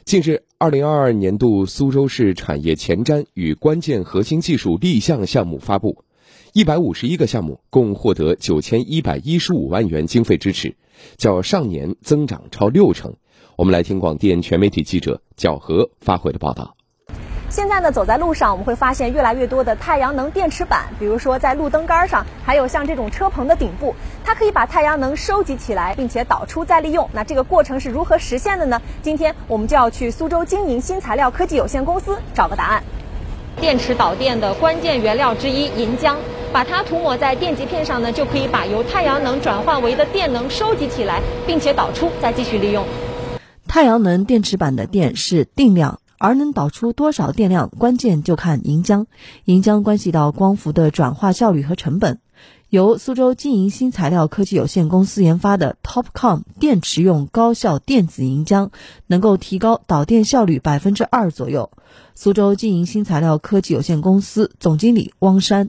近日，2022年度苏州市产业前瞻与关键核心技术立项项目发布，151个项目共获得9115万元经费支持，较上年增长超60%。我们来听广电全媒体记者皎和发回的报道。 现在呢，走在路上，我们会发现越来越多的太阳能电池板，比如说在路灯杆上，还有像这种车棚的顶部，它可以把太阳能收集起来，并且导出再利用。那这个过程是如何实现的呢？今天我们就要去苏州金银新材料科技有限公司找个答案。电池导电的关键原料之一银浆，把它涂抹在电极片上呢，就可以把由太阳能转换为的电能收集起来，并且导出再继续利用。 太阳能电池板的电是定量，而能导出多少电量，关键就看银浆。银浆关系到光伏的转化效率和成本。由苏州金银新材料科技有限公司研发的 TOPCON 电池用高效电子银浆，能够提高导电效率2%左右。苏州金银新材料科技有限公司总经理汪山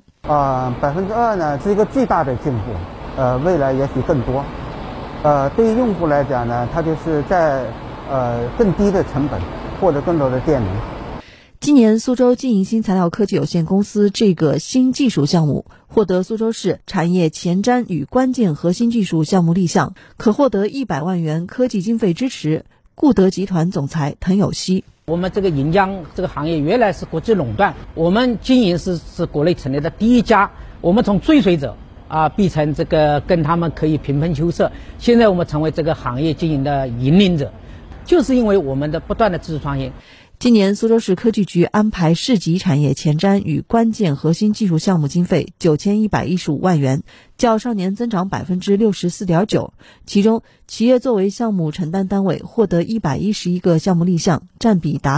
，2%呢是一个巨大的进步，未来也许更多。对于用户来讲呢，它就是在更低的成本获得更多的电能。 今年苏州金银新材料科技有限公司这个新技术项目获得苏州市产业前瞻与关键核心技术项目立项，可获得100万元科技经费支持。固德集团总裁滕有希： 我们这个银浆这个行业原来是国际垄断，我们金银是国内成立的第一家，我们从追随者变成这个跟他们可以平分秋色，现在我们成为这个行业经营的引领者，就是因为我们的不断的技术创新。 今年苏州市科技局安排市级产业前瞻与关键核心技术项目经费9115万元，较上年增长64.9%。其中，企业作为项目承担单位，获得111个项目立项，占比达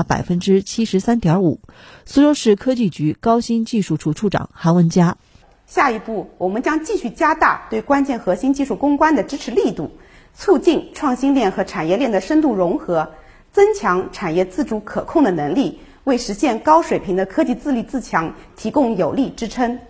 73.5%。苏州市科技局高新技术处处长韩文佳： 下一步，我们将继续加大对关键核心技术攻关的支持力度，促进创新链和产业链的深度融合，增强产业自主可控的能力，为实现高水平的科技自立自强提供有力支撑。